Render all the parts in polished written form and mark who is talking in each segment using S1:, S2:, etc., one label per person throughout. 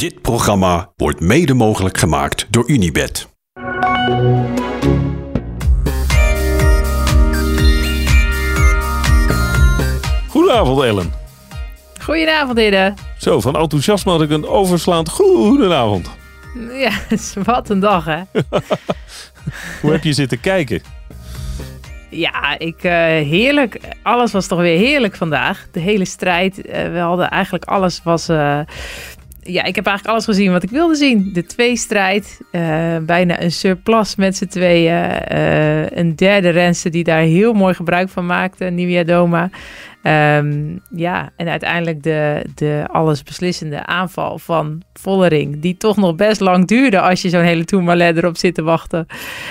S1: Dit programma wordt mede mogelijk gemaakt door Unibet.
S2: Goedenavond, Ellen.
S3: Goedenavond, Hidde.
S2: Zo, van enthousiasme had ik een overslaand goedenavond.
S3: Ja, wat een dag, hè?
S2: Hoe heb je zitten kijken?
S3: Ja, heerlijk. Alles was toch weer heerlijk vandaag. De hele strijd. We hadden eigenlijk alles was... ik heb eigenlijk alles gezien wat ik wilde zien. De tweestrijd. Bijna een surplus met z'n tweeën. Een derde renster die daar heel mooi gebruik van maakte. Nieuwia Doma. En uiteindelijk de allesbeslissende aanval van Vollering. Die toch nog best lang duurde als je zo'n hele Tourmalet erop zit te wachten.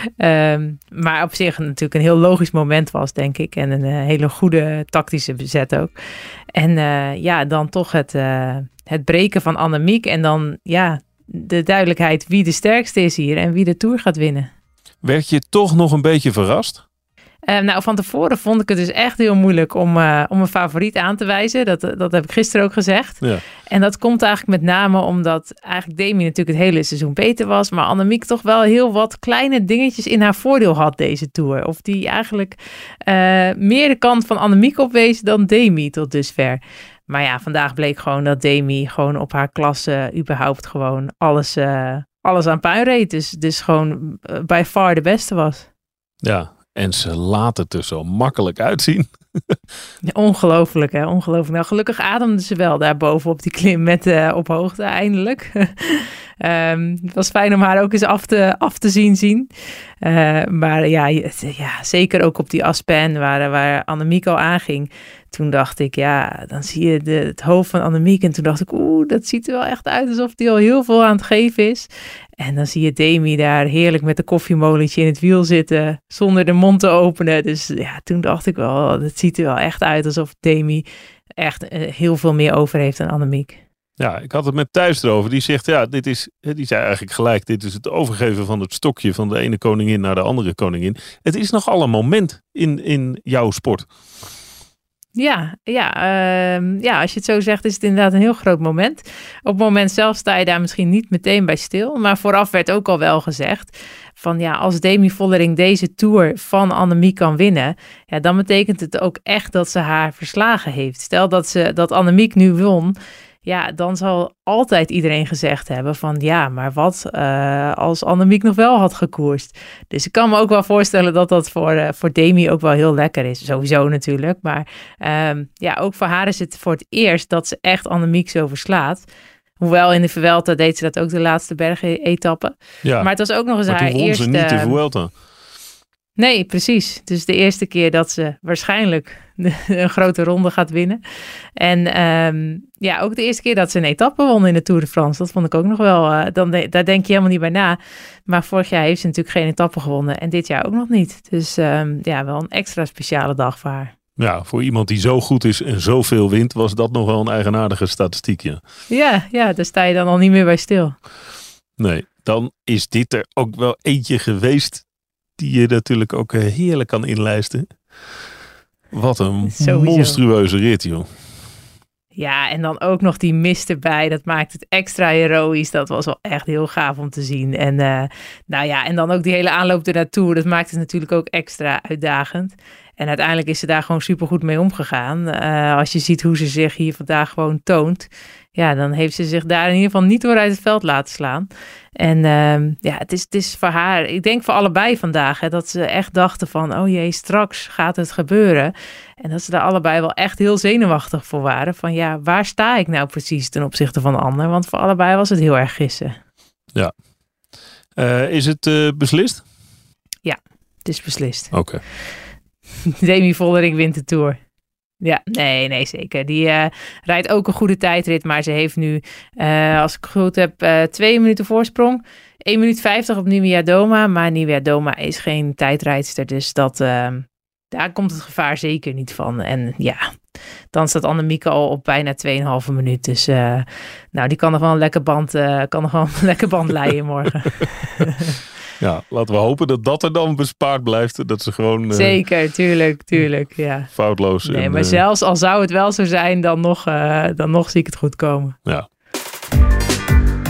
S3: Maar op zich natuurlijk een heel logisch moment was, denk ik. En een hele goede tactische bezet ook. En dan toch het breken van Annemiek. En dan de duidelijkheid wie de sterkste is hier en wie de Tour gaat winnen.
S2: Werd je toch nog een beetje verrast?
S3: Van tevoren vond ik het dus echt heel moeilijk om een favoriet aan te wijzen. Dat heb ik gisteren ook gezegd. Ja. En dat komt eigenlijk met name omdat eigenlijk Demi natuurlijk het hele seizoen beter was. Maar Annemiek toch wel heel wat kleine dingetjes in haar voordeel had deze Tour. Of die eigenlijk meer de kant van Annemiek opwees dan Demi tot dusver. Maar ja, vandaag bleek gewoon dat Demi gewoon op haar klasse überhaupt gewoon alles aan puin reed. Dus gewoon by far de beste was.
S2: Ja. En ze laten het er zo makkelijk uitzien.
S3: Ja, ongelooflijk, hè? Ongelooflijk. Nou, gelukkig ademde ze wel daar boven op die klim met op hoogte eindelijk. Het was fijn om haar ook eens af te zien. Maar zeker ook op die Aspen waar Annemiek al aanging. Toen dacht ik, dan zie je het hoofd van Annemiek. En toen dacht ik, dat ziet er wel echt uit alsof die al heel veel aan het geven is. En dan zie je Demi daar heerlijk met een koffiemolentje in het wiel zitten, zonder de mond te openen. Dus toen dacht ik wel, het ziet er wel echt uit alsof Demi echt heel veel meer over heeft dan Annemiek.
S2: Ja, ik had het met Thijs erover. Die zegt, die zei eigenlijk gelijk, dit is het overgeven van het stokje van de ene koningin naar de andere koningin. Het is nogal een moment in jouw sport. Als je het zo zegt is het inderdaad een heel groot moment. Op het moment zelf sta je daar misschien niet meteen bij stil. Maar vooraf werd ook al wel gezegd van als Demi Vollering deze Tour van Annemiek kan winnen, dan betekent het ook echt dat ze haar verslagen heeft. Stel dat Annemiek nu won, dan zal altijd iedereen gezegd hebben van maar wat als Annemiek nog wel had gekoerst. Dus ik kan me ook wel voorstellen dat voor Demi ook wel heel lekker is. Sowieso natuurlijk, maar ook voor haar is het voor het eerst dat ze echt Annemiek zo verslaat. Hoewel in de Vuelta deed ze dat ook de laatste bergetappe. Ja, maar het was ook nog eens haar eerste... Maar toen won ze niet de Vuelta.
S3: Nee, precies. Dus de eerste keer dat ze waarschijnlijk een grote ronde gaat winnen. En ook de eerste keer dat ze een etappe won in de Tour de France. Dat vond ik ook nog wel... daar denk je helemaal niet bij na. Maar vorig jaar heeft ze natuurlijk geen etappe gewonnen. En dit jaar ook nog niet. Dus wel een extra speciale dag voor haar.
S2: Ja, voor iemand die zo goed is en zoveel wint, was dat nog wel een eigenaardige statistiekje.
S3: Ja, daar sta je dan al niet meer bij stil.
S2: Nee, dan is dit er ook wel eentje geweest die je natuurlijk ook heerlijk kan inlijsten. Wat een monstrueuze rit, joh.
S3: Ja, en dan ook nog die mist erbij. Dat maakt het extra heroïs. Dat was wel echt heel gaaf om te zien. En en dan ook die hele aanloop ernaartoe. Dat maakt het natuurlijk ook extra uitdagend. En uiteindelijk is ze daar gewoon supergoed mee omgegaan. Als je ziet hoe ze zich hier vandaag gewoon toont. Ja, dan heeft ze zich daar in ieder geval niet door uit het veld laten slaan. En het is voor haar, ik denk voor allebei vandaag, dat ze echt dachten van, oh jee, straks gaat het gebeuren. En dat ze daar allebei wel echt heel zenuwachtig voor waren. Van waar sta ik nou precies ten opzichte van de ander? Want voor allebei was het heel erg gissen. Ja.
S2: Is het beslist?
S3: Ja, het is beslist.
S2: Oké.
S3: Demi Vollering wint de Tour. Ja, nee, zeker. Die rijdt ook een goede tijdrit, maar ze heeft nu, als ik goed heb, 2 minuten voorsprong. 1 minuut 50 op Nieuwia Doma, maar Nieuwia Doma is geen tijdrijdster, dus daar komt het gevaar zeker niet van. En dan staat Annemiek al op bijna 2,5 minuut, dus die kan nog wel een lekker band leiden morgen.
S2: Ja, laten we hopen dat er dan bespaard blijft. Dat ze gewoon...
S3: Zeker, tuurlijk, ja.
S2: Foutloos.
S3: Nee, maar zelfs al zou het wel zo zijn, dan nog zie ik het goed komen.
S2: Ja.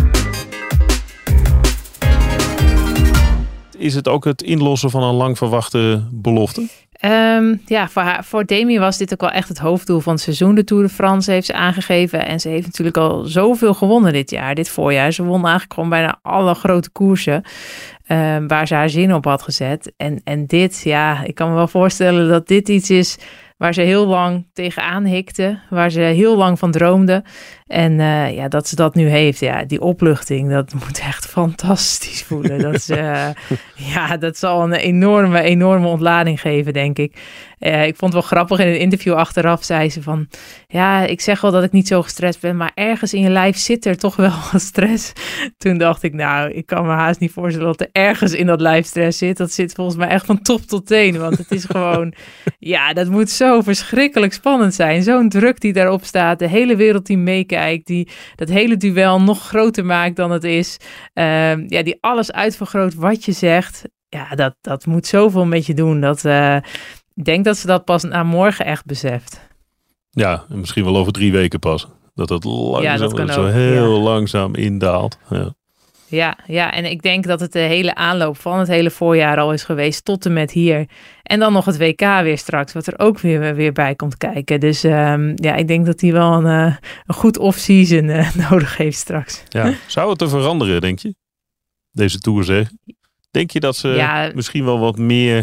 S4: is het ook het inlossen van een lang verwachte belofte?
S2: Voor Demi was dit ook wel echt het hoofddoel van het seizoen. De Tour de France heeft ze aangegeven. En ze heeft natuurlijk al zoveel gewonnen dit voorjaar. Ze won eigenlijk gewoon bijna alle grote koersen waar ze haar zin op had gezet. En dit, ik kan me wel voorstellen dat dit iets is waar ze heel lang tegenaan hikte, waar ze heel lang van droomde. En dat ze dat nu heeft, die opluchting, dat moet echt fantastisch voelen. Dat zal een enorme ontlading geven, denk ik. Ik vond het wel grappig, in een interview achteraf zei ze van, ik zeg wel dat ik niet zo gestrest ben, maar ergens in je lijf zit er toch wel wat stress. Toen dacht ik, ik kan me haast niet voorstellen dat er ergens in dat lijf stress zit. Dat zit volgens mij echt van top tot teen, want het is gewoon, dat moet zo verschrikkelijk spannend zijn. Zo'n druk die daarop staat, de hele wereld die meekijkt, die dat hele duel nog groter maakt dan het is. Die alles uitvergroot wat je zegt. Ja, dat moet zoveel met je doen. Ik denk dat ze dat pas na morgen echt beseft.
S4: Ja, en misschien wel over 3 weken pas. Dat het langzaam indaalt.
S2: Ja, en ik denk dat het de hele aanloop van het hele voorjaar al is geweest tot en met hier. En dan nog het WK weer straks, wat er ook weer bij komt kijken. Dus ik denk dat hij wel een goed off-season nodig heeft straks.
S4: Ja. Zou het er veranderen, denk je? Deze Tour zeg. Denk je dat ze misschien wel wat meer,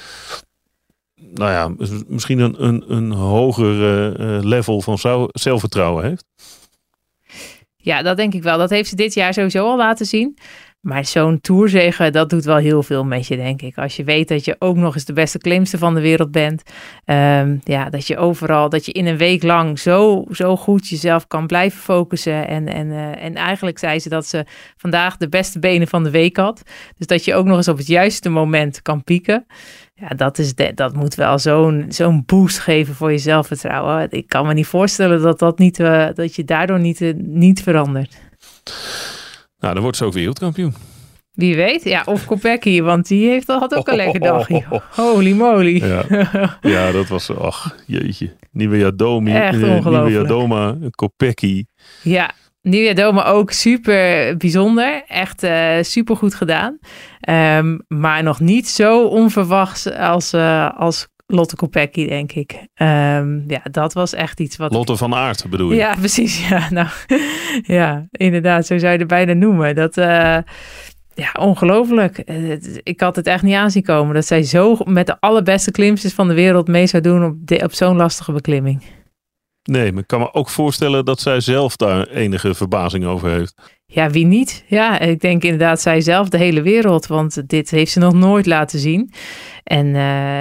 S4: misschien een hoger level van zelfvertrouwen heeft?
S2: Ja, dat denk ik wel. Dat heeft ze dit jaar sowieso al laten zien. Maar zo'n tourzege, dat doet wel heel veel met je, denk ik. Als je weet dat je ook nog eens de beste klimster van de wereld bent. Dat je overal, dat je in een week lang zo goed jezelf kan blijven focussen. En eigenlijk zei ze dat ze vandaag de beste benen van de week had. Dus dat je ook nog eens op het juiste moment kan pieken. Ja, dat moet wel zo'n boost geven voor je zelfvertrouwen. Ik kan me niet voorstellen dat je daardoor niet verandert.
S4: Nou, dan wordt ze ook wereldkampioen.
S2: Wie weet, of Kopecky, want die had ook een lekker dagje. Holy moly.
S4: Ja, dat was, jeetje. Nieuwe Doma, Kopecky. Ja,
S2: Nieuwe ook super bijzonder. Echt super goed gedaan. Maar nog niet zo onverwachts als Lotte Kopecky, denk ik. Dat was echt iets wat...
S4: Lotte van Aert bedoel je?
S2: Ja, precies. Ja, inderdaad. Zo zou je het bijna noemen. Dat... ongelooflijk. Ik had het echt niet aan zien komen dat zij zo met de allerbeste klimsters van de wereld mee zou doen op zo'n lastige beklimming.
S4: Nee, maar ik kan me ook voorstellen dat zij zelf daar enige verbazing over heeft.
S2: Ja, wie niet? Ja, ik denk inderdaad zij zelf, de hele wereld. Want dit heeft ze nog nooit laten zien. En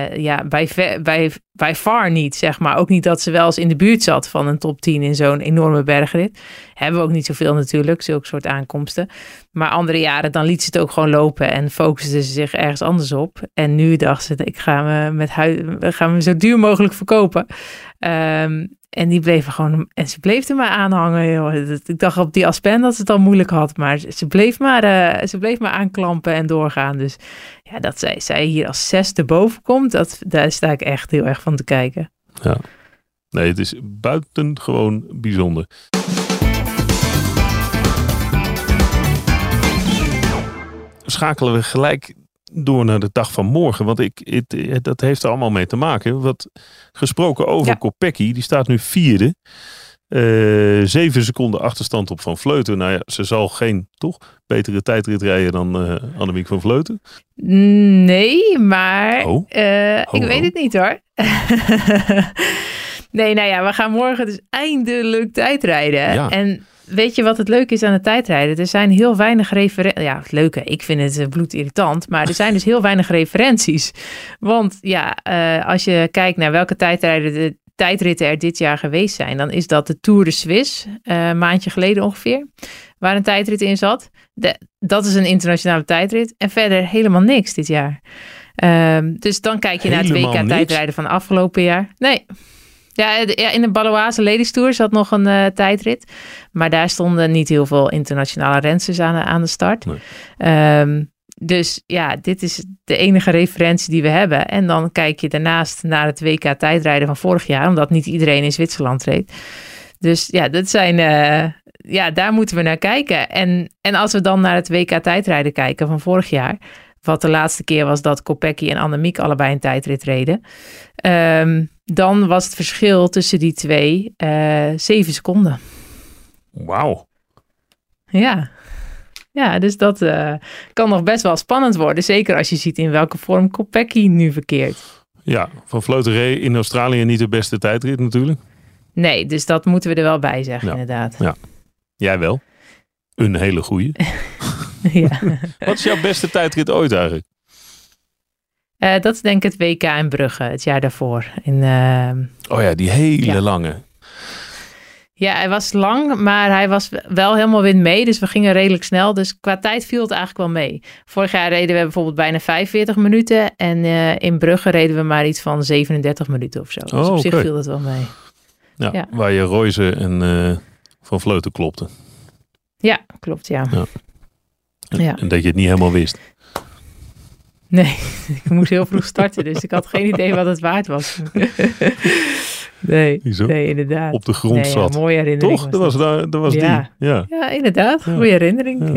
S2: bij far niet, zeg maar. Ook niet dat ze wel eens in de buurt zat van een top 10 in zo'n enorme bergrit. Hebben we ook niet zoveel natuurlijk, zulke soort aankomsten. Maar andere jaren, dan liet ze het ook gewoon lopen en focuste ze zich ergens anders op. En nu dacht ze, ik ga me zo duur mogelijk verkopen. En die bleven gewoon, en ze bleef er maar aanhangen. Joh. Ik dacht op die Aspen dat ze het al moeilijk had, maar ze bleef maar aanklampen en doorgaan. Dus ja, dat zij hier als 6e boven komt, daar sta ik echt heel erg van te kijken.
S4: Ja, nee, het is buitengewoon bijzonder. Schakelen we gelijk door naar de dag van morgen. Want dat heeft er allemaal mee te maken. Wat gesproken over Kopecky, die staat nu 4e. 7 seconden achterstand op Van Vleuten. Nou ja, ze zal geen betere tijdrit rijden dan Annemiek van Vleuten.
S2: Nee, maar ik weet het niet hoor. Nee, we gaan morgen dus eindelijk tijdrijden. Ja. En weet je wat het leuke is aan het tijdrijden? Er zijn heel weinig referenties. Ja, het leuke, ik vind het bloedirritant. Maar er zijn dus heel weinig referenties. Want als je kijkt naar welke tijdritten er dit jaar geweest zijn, dan is dat de Tour de Suisse, een maandje geleden ongeveer, waar een tijdrit in zat. Dat is een internationale tijdrit. En verder helemaal niks dit jaar. Dus dan kijk je naar het WK tijdrijden van afgelopen jaar. Nee. Ja, in de Baloise Ladies Tour zat nog een tijdrit. Maar daar stonden niet heel veel internationale rensters aan de start. Nee. Dus ja, dit is de enige referentie die we hebben. En dan kijk je daarnaast naar het WK tijdrijden van vorig jaar. Omdat niet iedereen in Zwitserland reed. Dus ja, dat zijn... daar moeten we naar kijken. En als we dan naar het WK tijdrijden kijken van vorig jaar, wat de laatste keer was dat Kopecky en Annemiek allebei een tijdrit reden. Dan was het verschil tussen die twee 7 seconden.
S4: Wauw.
S2: Ja, dus dat kan nog best wel spannend worden. Zeker als je ziet in welke vorm Kopecky nu verkeert.
S4: Ja, Van Vleuten reed in Australië niet de beste tijdrit natuurlijk.
S2: Nee, dus dat moeten we er wel bij zeggen, inderdaad.
S4: Ja. Jij wel. Een hele goeie.
S2: Ja.
S4: Wat is jouw beste tijdrit ooit eigenlijk?
S2: Dat is denk ik het WK in Brugge, het jaar daarvoor.
S4: Die hele lange.
S2: Ja, hij was lang, maar hij was wel helemaal wind mee. Dus we gingen redelijk snel. Dus qua tijd viel het eigenlijk wel mee. Vorig jaar reden we bijvoorbeeld bijna 45 minuten. En in Brugge reden we maar iets van 37 minuten of zo. Dus op zich viel dat wel mee.
S4: Ja. Waar je Royse en Van Vleuten klopte.
S2: Ja, klopt, ja.
S4: En dat je het niet helemaal wist.
S2: Nee, ik moest heel vroeg starten. Dus ik had geen idee wat het waard was. Nee, inderdaad.
S4: Op de grond zat.
S2: Mooie herinnering.
S4: Toch? Dat was die.
S2: Ja, inderdaad. Goede herinnering.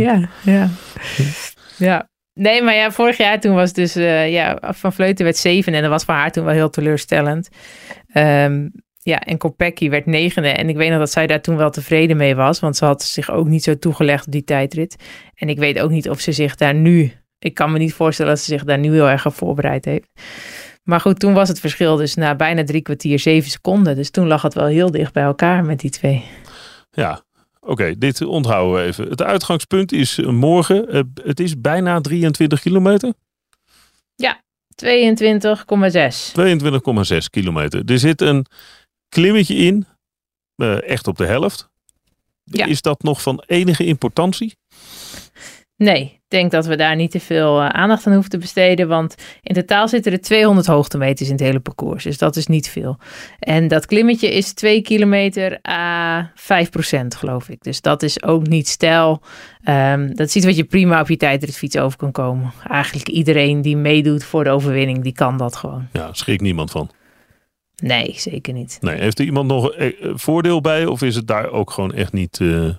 S2: Ja. Nee, maar vorig jaar toen was dus... Van Vleuten werd 7 en dat was voor haar toen wel heel teleurstellend. En Kopecky werd 9e. En ik weet nog dat zij daar toen wel tevreden mee was. Want ze had zich ook niet zo toegelegd op die tijdrit. En ik weet ook niet of ze zich daar nu... Ik kan me niet voorstellen dat ze zich daar nu heel erg op voorbereid heeft. Maar goed, toen was het verschil dus na bijna 3 kwartier 7 seconden. Dus toen lag het wel heel dicht bij elkaar met die twee.
S4: Ja, oké, dit onthouden we even. Het uitgangspunt is morgen. Het is bijna 23 kilometer.
S2: Ja, 22,6.
S4: 22,6 kilometer. Er zit een klimmetje in, echt op de helft. Ja. Is dat nog van enige importantie?
S2: Nee, ik denk dat we daar niet te veel aandacht aan hoeven te besteden. Want in totaal zitten er 200 hoogtemeters in het hele parcours. Dus dat is niet veel. En dat klimmetje is 2 kilometer à 5% geloof ik. Dus dat is ook niet steil. Dat is iets wat je prima op je tijdritfiets over kan komen. Eigenlijk iedereen die meedoet voor de overwinning, die kan dat gewoon.
S4: Ja, schrikt niemand van.
S2: Nee, zeker niet.
S4: Nee, heeft er iemand nog voordeel bij? Of is het daar ook gewoon echt niet...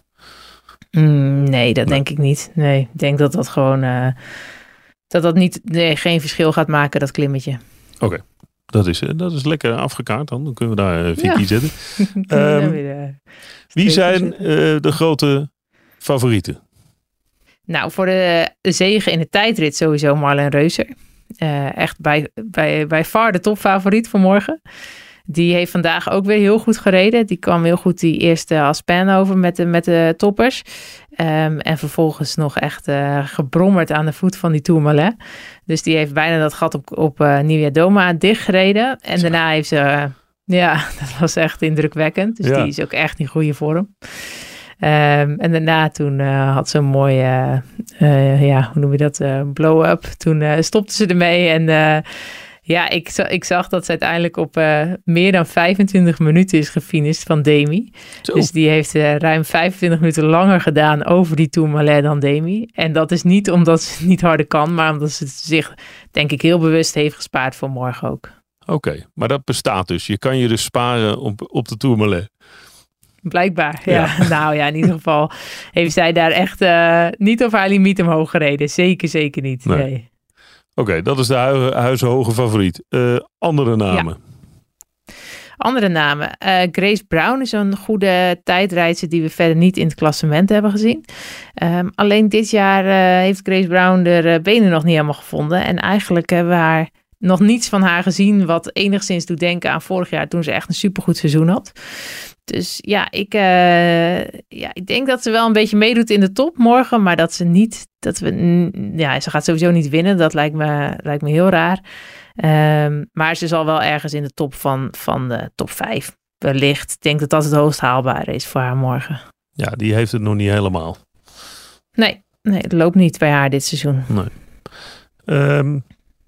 S2: Nee, dat denk ik niet. Nee, ik denk dat dat gewoon... geen verschil gaat maken, dat klimmetje.
S4: Oké. Dat is lekker afgekaart dan. Dan kunnen we daar Vicky zetten. Wie zijn de grote favorieten?
S2: Nou, voor de zege in de tijdrit sowieso Marlen Reusser. Echt bij far de topfavoriet voor morgen. Die heeft vandaag ook weer heel goed gereden. Die kwam heel goed die eerste Aspen over met de toppers. En vervolgens nog echt gebrommerd aan de voet van die Tourmalet. Dus die heeft bijna dat gat op Nieuwia Doma dichtgereden. En daarna heeft ze... dat was echt indrukwekkend. Dus die is ook echt in goede vorm. En daarna toen had ze een mooie... hoe noem je dat? Blow-up. Toen stopte ze ermee en... ik zag dat ze uiteindelijk op meer dan 25 minuten is gefinished van Demi. Zo. Dus die heeft ruim 25 minuten langer gedaan over die Tourmalet dan Demi. En dat is niet omdat ze het niet harder kan, maar omdat ze zich, denk ik, heel bewust heeft gespaard voor morgen ook.
S4: Oké, maar dat bestaat dus. Je kan je dus sparen op de Tourmalet.
S2: Blijkbaar, ja. Nou ja, in ieder geval heeft zij daar echt niet over haar limiet omhoog gereden. Zeker niet, nee.
S4: Oké, dat is de huizenhoge favoriet. Andere namen?
S2: Ja. Andere namen. Grace Brown is een goede tijdrijdster die we verder niet in het klassement hebben gezien. Alleen dit jaar heeft Grace Brown de benen nog niet helemaal gevonden. En eigenlijk hebben we haar nog niets van haar gezien wat enigszins doet denken aan vorig jaar toen ze echt een supergoed seizoen had. Dus ik denk dat ze wel een beetje meedoet in de top morgen, maar dat ze niet, ze gaat sowieso niet winnen. Dat lijkt me heel raar. Maar ze zal wel ergens in de top van de top 5 wellicht. Ik denk dat dat het hoogst haalbare is voor haar morgen.
S4: Ja, die heeft het nog niet helemaal.
S2: Nee, het loopt niet bij haar dit seizoen.
S4: Nee.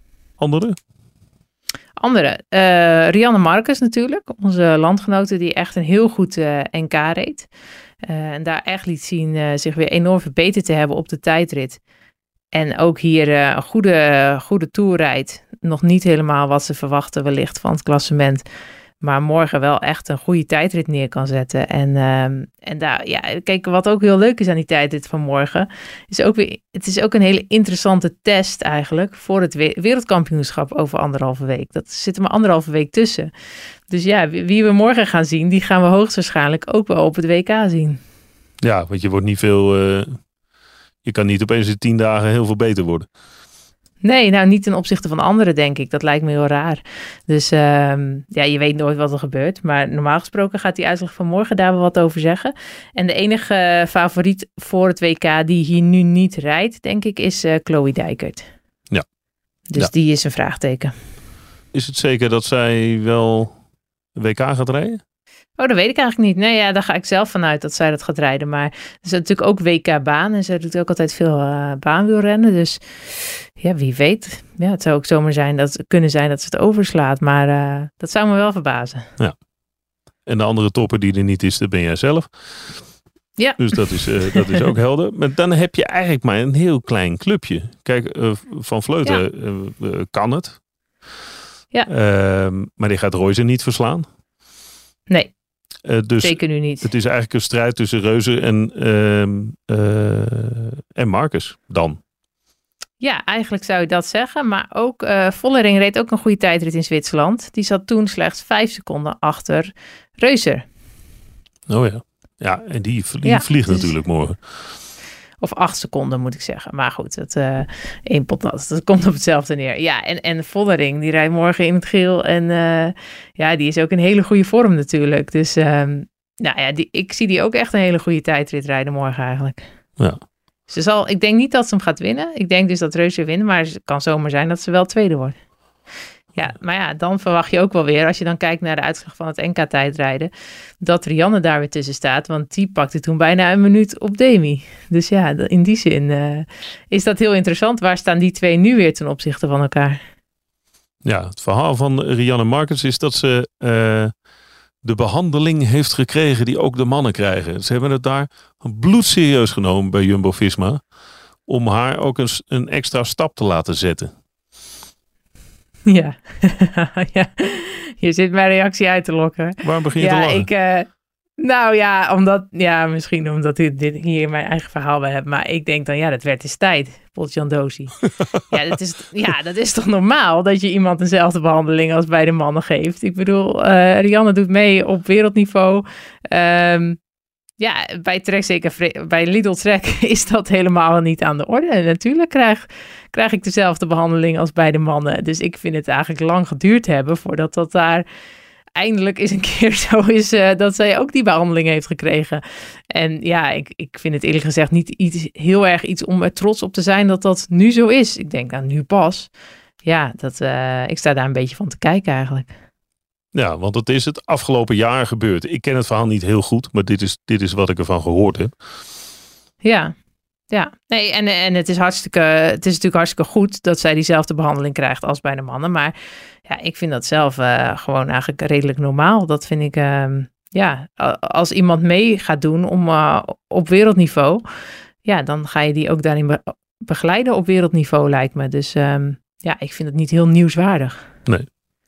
S4: Andere?
S2: Rianne Marcus natuurlijk. Onze landgenote die echt een heel goed NK reed. En daar echt liet zien zich weer enorm verbeterd te hebben op de tijdrit. En ook hier een goede tour rijdt. Nog niet helemaal wat ze verwachten wellicht van het klassement. Maar morgen wel echt een goede tijdrit neer kan zetten. En daar, ja, kijk, wat ook heel leuk is aan die tijdrit van morgen, is ook weer, het is ook een hele interessante test eigenlijk voor het wereldkampioenschap over 1,5 week. Dat zit er maar 1,5 week tussen. Dus ja, wie we morgen gaan zien, die gaan we hoogstwaarschijnlijk ook wel op het WK zien.
S4: Ja, want je wordt niet veel, je kan niet opeens in 10 dagen heel veel beter worden.
S2: Nee, nou niet ten opzichte van anderen, denk ik. Dat lijkt me heel raar. Dus ja, je weet nooit wat er gebeurt. Maar normaal gesproken gaat die uitslag van morgen daar wel wat over zeggen. En de enige favoriet voor het WK die hier nu niet rijdt, denk ik, is Chloe Dijkert.
S4: Ja.
S2: Dus die is een vraagteken.
S4: Is het zeker dat zij wel WK gaat rijden?
S2: Oh, dat weet ik eigenlijk niet. Nee, ja, daar ga ik zelf vanuit dat zij dat gaat rijden. Maar er is natuurlijk ook WK-baan. En zij doet ook altijd veel baanwielrennen. Dus ja, wie weet. Ja, het zou ook zomaar kunnen zijn dat ze het overslaat. Maar dat zou me wel verbazen.
S4: Ja. En de andere topper die er niet is, dat ben jij zelf.
S2: Ja.
S4: Dus dat is ook helder. Maar dan heb je eigenlijk maar een heel klein clubje. Kijk, Van Vleuten kan het.
S2: Ja.
S4: Maar die gaat Royce niet verslaan.
S2: Nee.
S4: Dus
S2: zeker nu niet.
S4: Het is eigenlijk een strijd tussen Reuser en Marcus dan.
S2: Ja, eigenlijk zou je dat zeggen. Maar ook Vollering reed ook een goede tijdrit in Zwitserland. Die zat toen slechts 5 seconden achter Reuser.
S4: Oh ja. Ja, en die vliegt natuurlijk morgen.
S2: Of 8 seconden moet ik zeggen. Maar goed, één pot nat. Dat komt op hetzelfde neer. Ja, en Vollering, die rijdt morgen in het geel. En ja, die is ook in hele goede vorm natuurlijk. Dus nou ja, ik zie die ook echt een hele goede tijdrit rijden morgen eigenlijk.
S4: Ja.
S2: Ik denk niet dat ze hem gaat winnen. Ik denk dus dat Reuser wint. Maar het kan zomaar zijn dat ze wel tweede wordt. Ja, maar ja, dan verwacht je ook wel weer, als je dan kijkt naar de uitslag van het NK-tijdrijden, dat Rianne daar weer tussen staat. Want die pakte toen bijna een minuut op Demi. Dus ja, in die zin is dat heel interessant. Waar staan die twee nu weer ten opzichte van elkaar?
S4: Ja, het verhaal van Rianne Marcus is dat ze de behandeling heeft gekregen die ook de mannen krijgen. Ze hebben het daar bloedserieus genomen bij Jumbo-Visma om haar ook een extra stap te laten zetten.
S2: Ja. Ja, je zit mijn reactie uit te lokken.
S4: Waarom begin je te lachen?
S2: Nou ja, misschien omdat dit hier mijn eigen verhaal bij heb. Maar ik denk dan, ja, dat werd eens tijd. Potjandosi. Dat is toch normaal dat je iemand dezelfde behandeling als bij de mannen geeft. Ik bedoel, Rianne doet mee op wereldniveau. Ja, bij Trek, zeker bij Lidl Trek is dat helemaal niet aan de orde. En natuurlijk krijg ik dezelfde behandeling als bij de mannen. Dus ik vind het eigenlijk lang geduurd hebben voordat dat daar eindelijk eens een keer zo is dat zij ook die behandeling heeft gekregen. En ja, ik vind het eerlijk gezegd niet heel erg iets om er trots op te zijn dat dat nu zo is. Ik denk, nou nu pas. Ja, ik sta daar een beetje van te kijken eigenlijk.
S4: Ja, want het is het afgelopen jaar gebeurd. Ik ken het verhaal niet heel goed, maar dit is wat ik ervan gehoord heb.
S2: Ja. Nee, en het is natuurlijk hartstikke goed dat zij diezelfde behandeling krijgt als bij de mannen. Maar ja, ik vind dat zelf gewoon eigenlijk redelijk normaal. Dat vind ik, als iemand mee gaat doen op wereldniveau, ja, dan ga je die ook daarin begeleiden op wereldniveau, lijkt me. Dus ik vind het niet heel nieuwswaardig.
S4: Nee.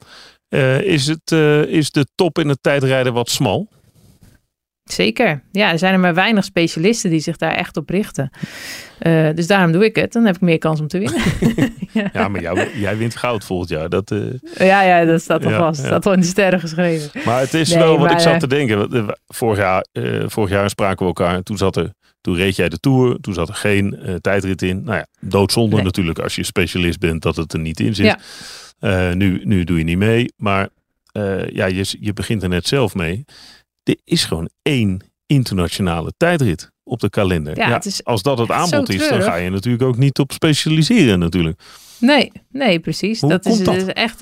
S4: Is de top in het tijdrijden wat smal?
S2: Zeker. Ja, er zijn er maar weinig specialisten die zich daar echt op richten. Dus daarom doe ik het. Dan heb ik meer kans om te winnen.
S4: Ja, maar jij wint goud volgend jaar.
S2: Ja, dat staat al vast. Dat staat al in de sterren geschreven.
S4: Maar het is wel wat ik zat te denken. Vorig jaar spraken we elkaar. Toen reed jij de Tour. Toen zat er geen tijdrit in. Nou ja, doodzonde natuurlijk als je specialist bent dat het er niet in zit. Ja. Nu doe je niet mee. Maar je begint er net zelf mee. Er is gewoon 1 internationale tijdrit op de kalender. Ja, als dat het aanbod is, dan ga je natuurlijk ook niet op specialiseren natuurlijk.
S2: Nee, precies.
S4: Hoe komt dat?
S2: Is echt...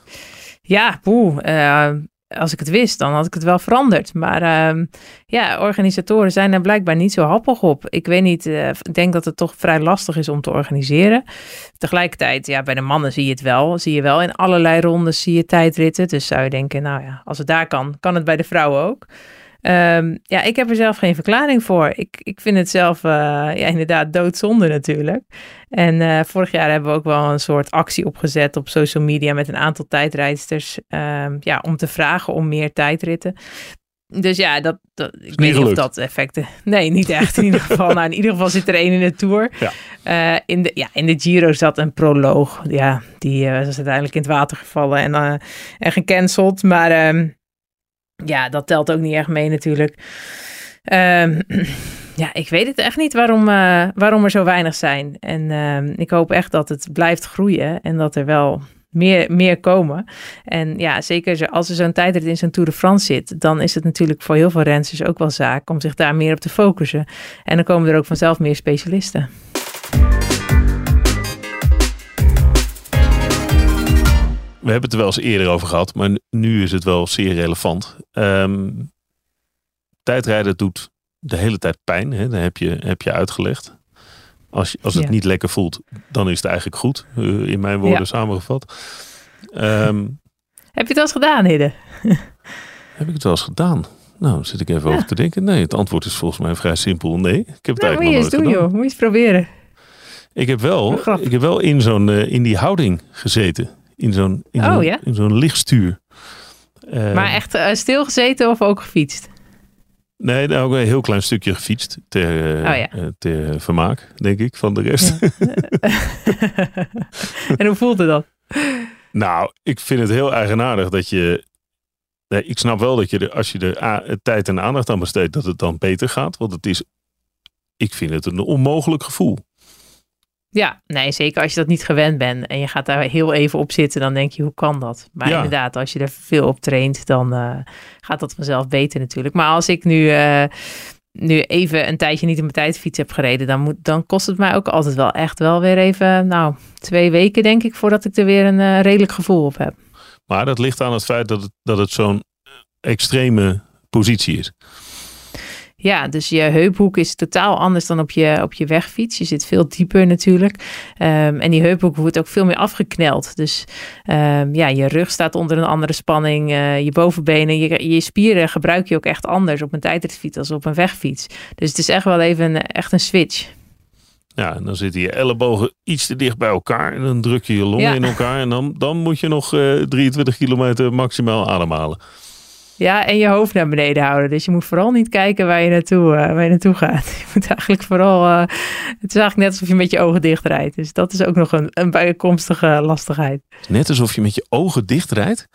S2: als ik het wist, dan had ik het wel veranderd. Maar organisatoren zijn er blijkbaar niet zo happig op. Ik weet niet, ik denk dat het toch vrij lastig is om te organiseren. Tegelijkertijd, bij de mannen zie je het wel. Zie je wel in allerlei rondes zie je tijdritten. Dus zou je denken, nou ja, als het daar kan het bij de vrouwen ook. Ja, ik heb er zelf geen verklaring voor. Ik vind het zelf inderdaad doodzonde natuurlijk. En vorig jaar hebben we ook wel een soort actie opgezet op social media met een aantal tijdrijdsters. Om te vragen om meer tijdritten. Dus ja, ik weet niet of dat effecten... Nee, niet echt in ieder geval. Nou, in ieder geval zit er één in de Tour. Ja. In de Giro zat een proloog. Ja, die was uiteindelijk in het water gevallen en gecanceld. Maar dat telt ook niet echt mee natuurlijk. Ik weet het echt niet waarom er zo weinig zijn. En ik hoop echt dat het blijft groeien en dat er wel meer komen. En ja, zeker als er zo'n tijdrit in zo'n Tour de France zit, dan is het natuurlijk voor heel veel rensters ook wel zaak om zich daar meer op te focussen. En dan komen er ook vanzelf meer specialisten.
S4: We hebben het er wel eens eerder over gehad, maar nu is het wel zeer relevant. Tijdrijden doet de hele tijd pijn, hè? Dat heb je uitgelegd. Als het niet lekker voelt, dan is het eigenlijk goed. In mijn woorden samengevat.
S2: Heb je het al eens gedaan, Hidde?
S4: Heb ik het wel eens gedaan? Nou, zit ik even over te denken. Nee, het antwoord is volgens mij vrij simpel. Nee, ik heb het eigenlijk nog nooit gedaan.
S2: Joh. Moet je eens proberen.
S4: Ik heb wel in die houding gezeten. In zo'n lichtstuur.
S2: Maar echt stilgezeten of ook gefietst?
S4: Nee, ook een heel klein stukje gefietst. Ter vermaak, denk ik, van de rest. Ja.
S2: En hoe voelde dat?
S4: Nou, ik vind het heel eigenaardig dat je... Nee, ik snap wel dat je als je er tijd en aandacht aan besteedt, dat het dan beter gaat. Want ik vind het een onmogelijk gevoel.
S2: Ja, nee, zeker als je dat niet gewend bent en je gaat daar heel even op zitten, dan denk je, hoe kan dat? Maar inderdaad, als je er veel op traint, dan gaat dat vanzelf beter natuurlijk. Maar als ik nu even een tijdje niet in mijn tijdfiets heb gereden, dan kost het mij ook altijd wel echt wel weer even, 2 weken denk ik, voordat ik er weer een redelijk gevoel op heb.
S4: Maar dat ligt aan het feit dat het zo'n extreme positie is.
S2: Ja, dus je heuphoek is totaal anders dan op je wegfiets. Je zit veel dieper natuurlijk. En die heuphoek wordt ook veel meer afgekneld. Dus je rug staat onder een andere spanning. Je bovenbenen, je spieren gebruik je ook echt anders op een tijdritfiets als op een wegfiets. Dus het is echt wel even echt een switch.
S4: Ja, en dan zitten je ellebogen iets te dicht bij elkaar. En dan druk je je longen in elkaar. En dan moet je nog 23 kilometer maximaal ademhalen.
S2: Ja, en je hoofd naar beneden houden. Dus je moet vooral niet kijken waar je naartoe gaat. Je moet eigenlijk vooral... het is eigenlijk net alsof je met je ogen dicht rijdt. Dus dat is ook nog een bijkomstige lastigheid.
S4: Net alsof je met je ogen dicht rijdt?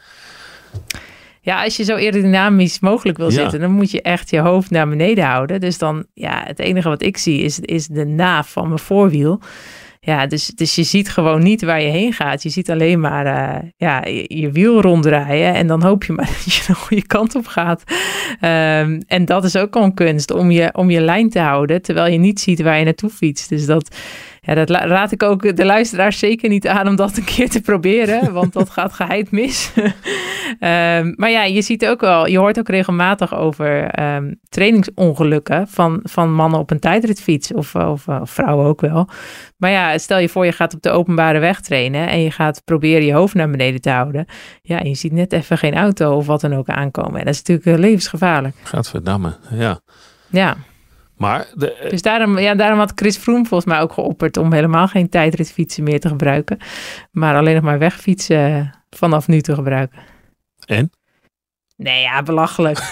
S2: Ja, als je zo aerodynamisch mogelijk wil zitten, dan moet je echt je hoofd naar beneden houden. Dus dan, het enige wat ik zie is de naaf van mijn voorwiel. Ja, dus je ziet gewoon niet waar je heen gaat. Je ziet alleen maar je wiel ronddraaien. En dan hoop je maar dat je de goede kant op gaat. En dat is ook al een kunst om je lijn te houden, terwijl je niet ziet waar je naartoe fietst. Dus dat raad ik ook de luisteraars zeker niet aan om dat een keer te proberen. Want dat gaat geheid mis. Maar ja, je ziet ook wel, je hoort ook regelmatig over trainingsongelukken van mannen op een tijdritfiets. Of vrouwen ook wel. Maar ja, stel je voor je gaat op de openbare weg trainen en je gaat proberen je hoofd naar beneden te houden. Ja, en je ziet net even geen auto of wat dan ook aankomen. En dat is natuurlijk levensgevaarlijk.
S4: Gadverdamme, ja.
S2: Ja.
S4: Maar
S2: dus daarom had Chris Froome volgens mij ook geopperd om helemaal geen tijdritfietsen meer te gebruiken. Maar alleen nog maar wegfietsen vanaf nu te gebruiken.
S4: En?
S2: Nee, ja, belachelijk.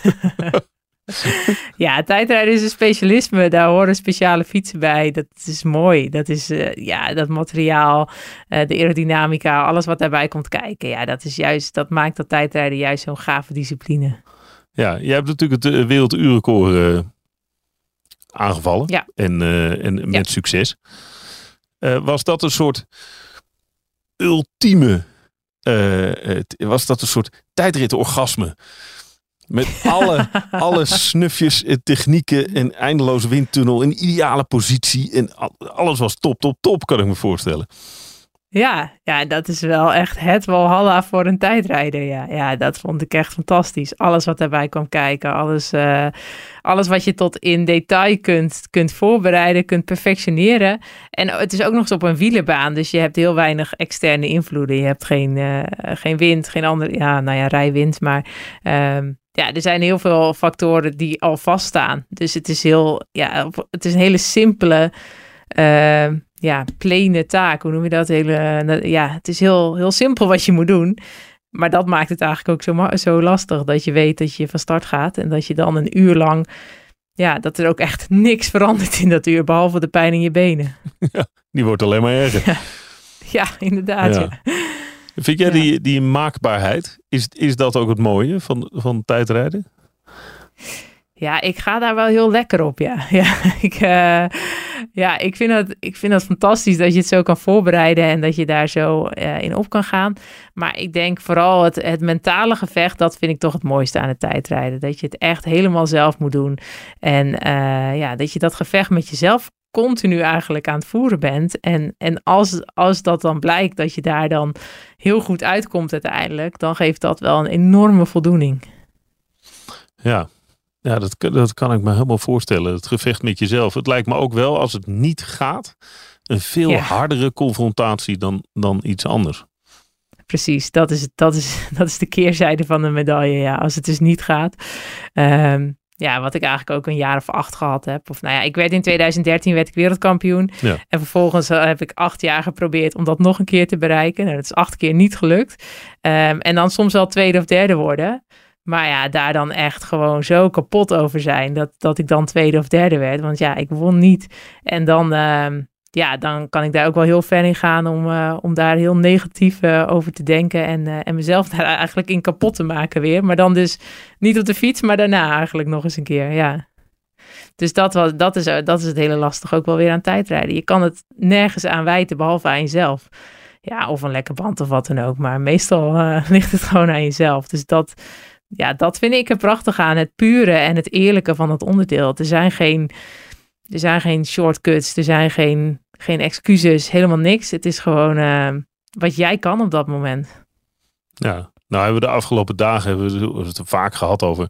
S2: Ja, tijdrijden is een specialisme. Daar horen speciale fietsen bij. Dat is mooi. Dat is dat materiaal, de aerodynamica, alles wat daarbij komt kijken. Ja, dat maakt dat tijdrijden juist zo'n gave discipline.
S4: Ja, je hebt natuurlijk het werelduurrecord aangevallen. Ja. En met succes. Was dat een soort ultieme... was dat een soort tijdritorgasme? Met alle snufjes, technieken en eindeloze windtunnel in ideale positie. En alles was top, kan ik me voorstellen. Ja,
S2: dat is wel echt het walhalla voor een tijdrijder. Ja, dat vond ik echt fantastisch. Alles wat daarbij kwam kijken. Alles wat je tot in detail kunt voorbereiden, kunt perfectioneren. En het is ook nog eens op een wielerbaan. Dus je hebt heel weinig externe invloeden. Je hebt geen wind, geen andere... rijwind. Maar er zijn heel veel factoren die al vaststaan. Dus het is het is een hele simpele, plene taak. Hoe noem je dat? Het is heel simpel wat je moet doen. Maar dat maakt het eigenlijk ook zo lastig. Dat je weet dat je van start gaat. En dat je dan een uur lang, dat er ook echt niks verandert in dat uur. Behalve de pijn in je benen.
S4: Ja, die wordt alleen maar erger.
S2: Ja, inderdaad. Ja.
S4: Vind jij die maakbaarheid, is dat ook het mooie van tijdrijden?
S2: Ja, ik ga daar wel heel lekker op, ik vind dat fantastisch dat je het zo kan voorbereiden en dat je daar zo in op kan gaan. Maar ik denk vooral het mentale gevecht, dat vind ik toch het mooiste aan het tijdrijden. Dat je het echt helemaal zelf moet doen. En dat je dat gevecht met jezelf continu eigenlijk aan het voeren bent. En als dat dan blijkt dat je daar dan heel goed uitkomt uiteindelijk, dan geeft dat wel een enorme voldoening.
S4: Ja, dat kan ik me helemaal voorstellen. Het gevecht met jezelf. Het lijkt me ook wel, als het niet gaat, een veel hardere confrontatie dan iets anders.
S2: Precies, dat is de keerzijde van de medaille. Ja, als het dus niet gaat. Wat ik eigenlijk ook een jaar of 8 gehad heb. Ik werd in 2013 wereldkampioen. Ja. En vervolgens heb ik 8 jaar geprobeerd om dat nog een keer te bereiken. Nou, dat is 8 keer niet gelukt. En dan soms wel 2e of 3e worden. Maar daar dan echt gewoon zo kapot over zijn dat ik dan 2e of 3e werd. Want ik won niet. En dan, dan kan ik daar ook wel heel ver in gaan om daar heel negatief over te denken. En mezelf daar eigenlijk in kapot te maken weer. Maar dan dus niet op de fiets, maar daarna eigenlijk nog eens een keer, ja. Dus dat is het hele lastig ook wel weer aan tijdrijden. Je kan het nergens aan wijten, behalve aan jezelf. Ja, of een lekker band of wat dan ook. Maar meestal ligt het gewoon aan jezelf. Dus dat vind ik er prachtig aan. Het pure en het eerlijke van het onderdeel. Er zijn geen shortcuts. Er zijn geen excuses. Helemaal niks. Het is gewoon wat jij kan op dat moment.
S4: Ja, nou hebben we de afgelopen dagen het vaak gehad over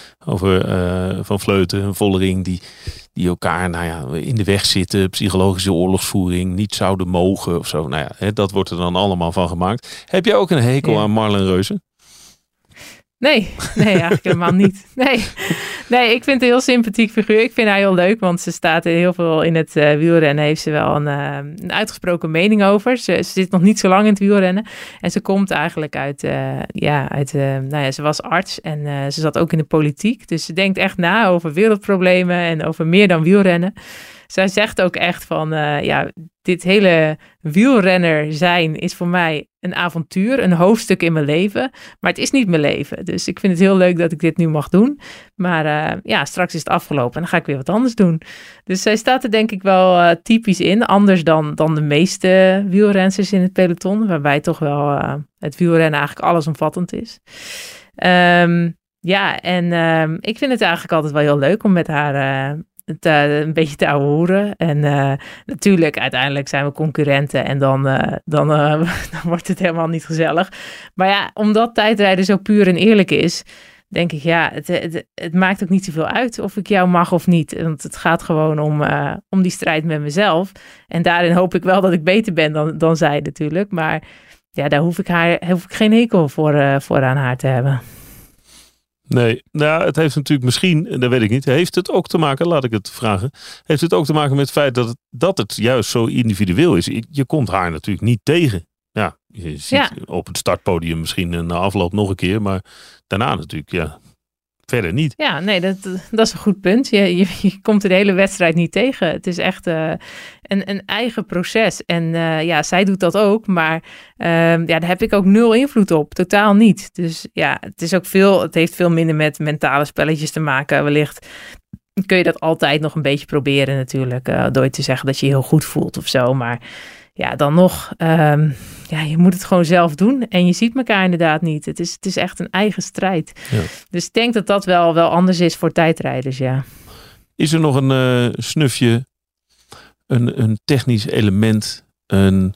S4: Van Vleuten en Vollering die elkaar in de weg zitten. Psychologische oorlogsvoering. Niet zouden mogen of zo. Dat wordt er dan allemaal van gemaakt. Heb jij ook een hekel aan Marlen Reusser?
S2: Nee, eigenlijk helemaal niet. Nee, ik vind het een heel sympathiek figuur. Ik vind haar heel leuk, want ze staat heel veel in het wielrennen. Heeft ze wel een uitgesproken mening over. Ze zit nog niet zo lang in het wielrennen. En ze komt eigenlijk ze was arts en ze zat ook in de politiek. Dus ze denkt echt na over wereldproblemen en over meer dan wielrennen. Zij zegt ook echt van, dit hele wielrenner zijn is voor mij een avontuur, een hoofdstuk in mijn leven. Maar het is niet mijn leven. Dus ik vind het heel leuk dat ik dit nu mag doen. Maar straks is het afgelopen en dan ga ik weer wat anders doen. Dus zij staat er denk ik wel typisch in. Anders dan de meeste wielrenners in het peloton. Waarbij toch wel het wielrennen eigenlijk allesomvattend is. Ik vind het eigenlijk altijd wel heel leuk om met haar een beetje te ouwehoeren. En natuurlijk, uiteindelijk zijn we concurrenten en dan wordt het helemaal niet gezellig. Maar omdat tijdrijden zo puur en eerlijk is, denk ik, het maakt ook niet zoveel uit of ik jou mag of niet. Want het gaat gewoon om die strijd met mezelf. En daarin hoop ik wel dat ik beter ben dan zij natuurlijk. Maar daar hoef ik geen hekel voor aan haar te hebben.
S4: Nee, het heeft natuurlijk misschien, dat weet ik niet, heeft het ook te maken, laat ik het vragen, heeft het ook te maken met het feit dat het juist zo individueel is. Je komt haar natuurlijk niet tegen. Ja, je ziet op het startpodium misschien een afloop nog een keer, maar daarna natuurlijk, verder niet. Ja, nee,
S2: dat is een goed punt. Je komt de hele wedstrijd niet tegen. Het is echt een eigen proces. En zij doet dat ook, maar daar heb ik ook 0 invloed op. Totaal niet. Dus het heeft veel minder met mentale spelletjes te maken. Wellicht kun je dat altijd nog een beetje proberen natuurlijk. Door te zeggen dat je je heel goed voelt of zo. Maar dan nog, je moet het gewoon zelf doen. En je ziet elkaar inderdaad niet. Het is echt een eigen strijd. Ja. Dus ik denk dat dat wel anders is voor tijdrijders, ja.
S4: Is er nog een snufje, een technisch element, een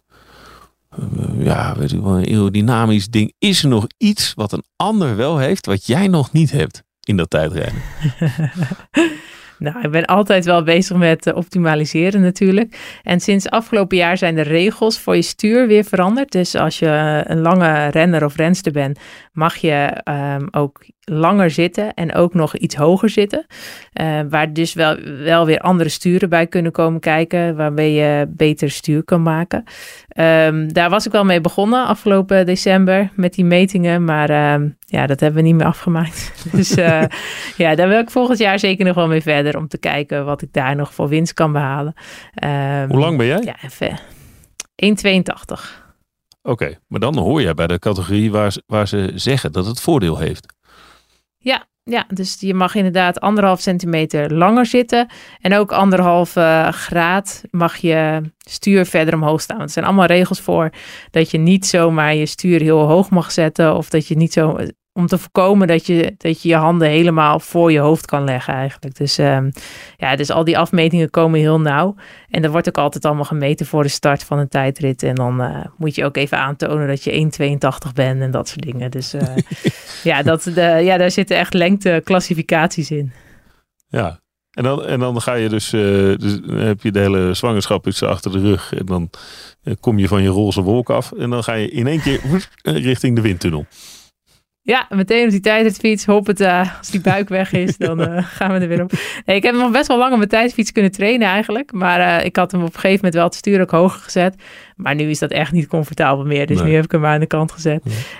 S4: aerodynamisch ding? Is er nog iets wat een ander wel heeft, wat jij nog niet hebt in dat tijdrijden?
S2: Nou, ik ben altijd wel bezig met optimaliseren natuurlijk. En sinds afgelopen jaar zijn de regels voor je stuur weer veranderd. Dus als je een lange renner of renster bent, mag je ook langer zitten en ook nog iets hoger zitten. Waar dus wel weer andere sturen bij kunnen komen kijken, waarmee je beter stuur kan maken. Daar was ik wel mee begonnen afgelopen december met die metingen, maar dat hebben we niet meer afgemaakt. Dus daar wil ik volgend jaar zeker nog wel mee verder om te kijken wat ik daar nog voor winst kan behalen.
S4: Hoe lang ben jij?
S2: Ja, even 1,82.
S4: Oké, maar dan hoor jij bij de categorie waar ze zeggen dat het voordeel heeft.
S2: Ja, dus je mag inderdaad 1,5 centimeter langer zitten. En ook 1,5 graad mag je stuur verder omhoog staan. Want er zijn allemaal regels voor dat je niet zomaar je stuur heel hoog mag zetten. Of dat je niet zo... Om te voorkomen dat je handen helemaal voor je hoofd kan leggen eigenlijk. Dus, dus al die afmetingen komen heel nauw. En dat wordt ook altijd allemaal gemeten voor de start van een tijdrit. En dan moet je ook even aantonen dat je 1,82 bent en dat soort dingen. Dus daar zitten echt lengte-classificaties in.
S4: Ja, en dan ga je dus heb je de hele zwangerschap iets achter de rug. En dan kom je van je roze wolk af. En dan ga je in één keer richting de windtunnel.
S2: Ja, meteen op die tijdritfiets, als die buik weg is, dan gaan we er weer op. Nee, ik heb nog best wel lang op mijn tijdfiets kunnen trainen eigenlijk. Maar ik had hem op een gegeven moment wel het stuur ook hoger gezet. Maar nu is dat echt niet comfortabel meer. Dus nu heb ik hem maar aan de kant gezet.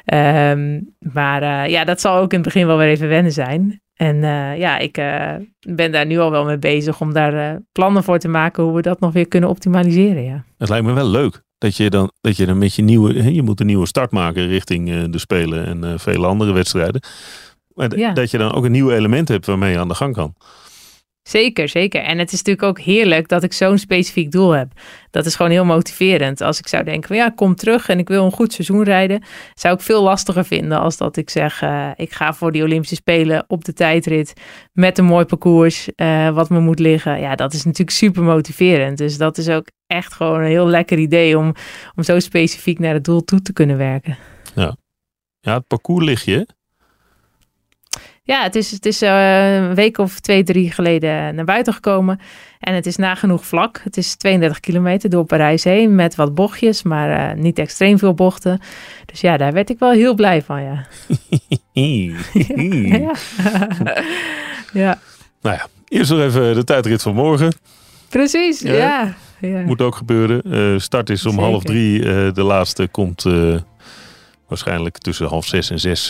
S2: Ja. Dat zal ook in het begin wel weer even wennen zijn. En ik ben daar nu al wel mee bezig om daar plannen voor te maken hoe we dat nog weer kunnen optimaliseren. Ja.
S4: Het lijkt me wel leuk. Dat je dan met je moet een nieuwe start maken richting de Spelen en vele andere wedstrijden. Maar dat je dan ook een nieuw element hebt waarmee je aan de gang kan.
S2: Zeker, zeker. En het is natuurlijk ook heerlijk dat ik zo'n specifiek doel heb. Dat is gewoon heel motiverend. Als ik zou denken van kom terug en ik wil een goed seizoen rijden, zou ik veel lastiger vinden als dat ik zeg, ik ga voor die Olympische Spelen op de tijdrit met een mooi parcours wat me moet liggen. Ja, dat is natuurlijk super motiverend. Dus dat is ook echt gewoon een heel lekker idee om zo specifiek naar het doel toe te kunnen werken.
S4: Ja, het parcours ligt je.
S2: Ja, het is een week of 2-3 geleden naar buiten gekomen. En het is nagenoeg vlak. Het is 32 kilometer door Parijs heen met wat bochtjes, maar niet extreem veel bochten. Dus ja, daar werd ik wel heel blij van, ja. Ja.
S4: Nou ja, eerst nog even de tijdrit van morgen.
S2: Precies, ja.
S4: Moet ook gebeuren. Start is om 2:30. De laatste komt waarschijnlijk tussen 5:30 en 6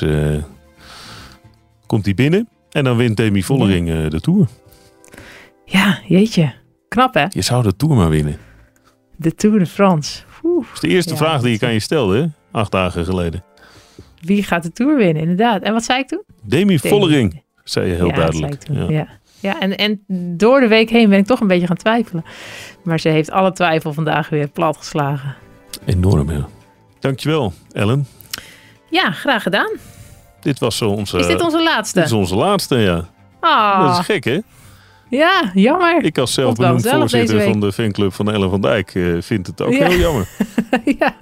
S4: komt hij binnen. En dan wint Demi Vollering de Tour.
S2: Ja, jeetje. Knap, hè?
S4: Je zou de Tour maar winnen.
S2: De Tour de France.
S4: Dat is de eerste vraag die ik aan je stelde, hè? 8 dagen geleden.
S2: Wie gaat de Tour winnen, inderdaad. En wat zei ik toen?
S4: Demi Vollering, zei je heel duidelijk.
S2: Ja, en door de week heen ben ik toch een beetje gaan twijfelen. Maar ze heeft alle twijfel vandaag weer platgeslagen.
S4: Enorm, ja. Dankjewel, Ellen.
S2: Ja, graag gedaan.
S4: Dit was onze...
S2: Is dit onze laatste?
S4: Dit is onze laatste, ja.
S2: Oh.
S4: Dat is gek, hè?
S2: Ja, jammer.
S4: Ik als zelfbenoemd voorzitter van de fanclub van Ellen van Dijk vind het ook heel jammer.
S2: Ja.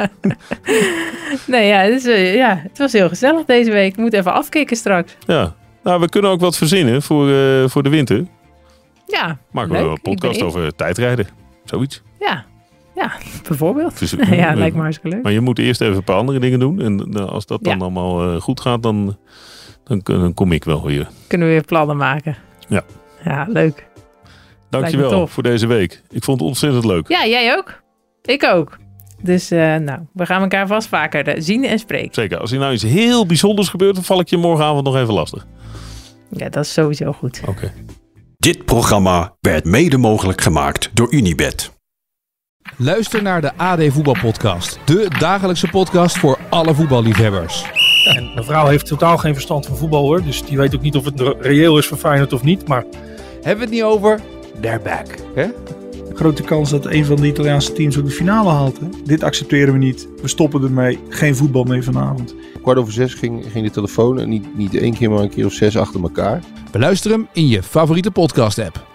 S2: Nee, het was heel gezellig deze week. Ik moet even afkicken straks.
S4: Ja. Nou, we kunnen ook wat verzinnen voor de winter.
S2: Ja,
S4: maken we een podcast over tijdrijden. Zoiets.
S2: Ja, bijvoorbeeld. Lijkt me hartstikke leuk.
S4: Maar je moet eerst even een paar andere dingen doen. En als dat dan allemaal goed gaat, dan kom ik wel weer.
S2: Kunnen we weer plannen maken. Ja, leuk.
S4: Dankjewel voor deze week. Ik vond het ontzettend leuk.
S2: Ja, jij ook. Ik ook. Dus we gaan elkaar vast vaker zien en spreken.
S4: Zeker. Als er nou iets heel bijzonders gebeurt, dan val ik je morgenavond nog even lastig.
S2: Ja, dat is sowieso goed.
S4: Oké.
S1: Dit programma werd mede mogelijk gemaakt door Unibet.
S5: Luister naar de AD Voetbalpodcast. De dagelijkse podcast voor alle voetballiefhebbers.
S6: En mijn vrouw heeft totaal geen verstand van voetbal hoor. Dus die weet ook niet of het reëel is voor Feyenoord of niet. Maar
S5: hebben we het niet over? They're back. Hè?
S6: Grote kans dat een van de Italiaanse teams ook de finale haalt. Hè? Dit accepteren we niet. We stoppen ermee. Geen voetbal meer vanavond.
S7: 5:15 ging de telefoon. En niet 1 keer, maar een keer of 6 achter elkaar.
S5: Beluister hem in je favoriete podcast app.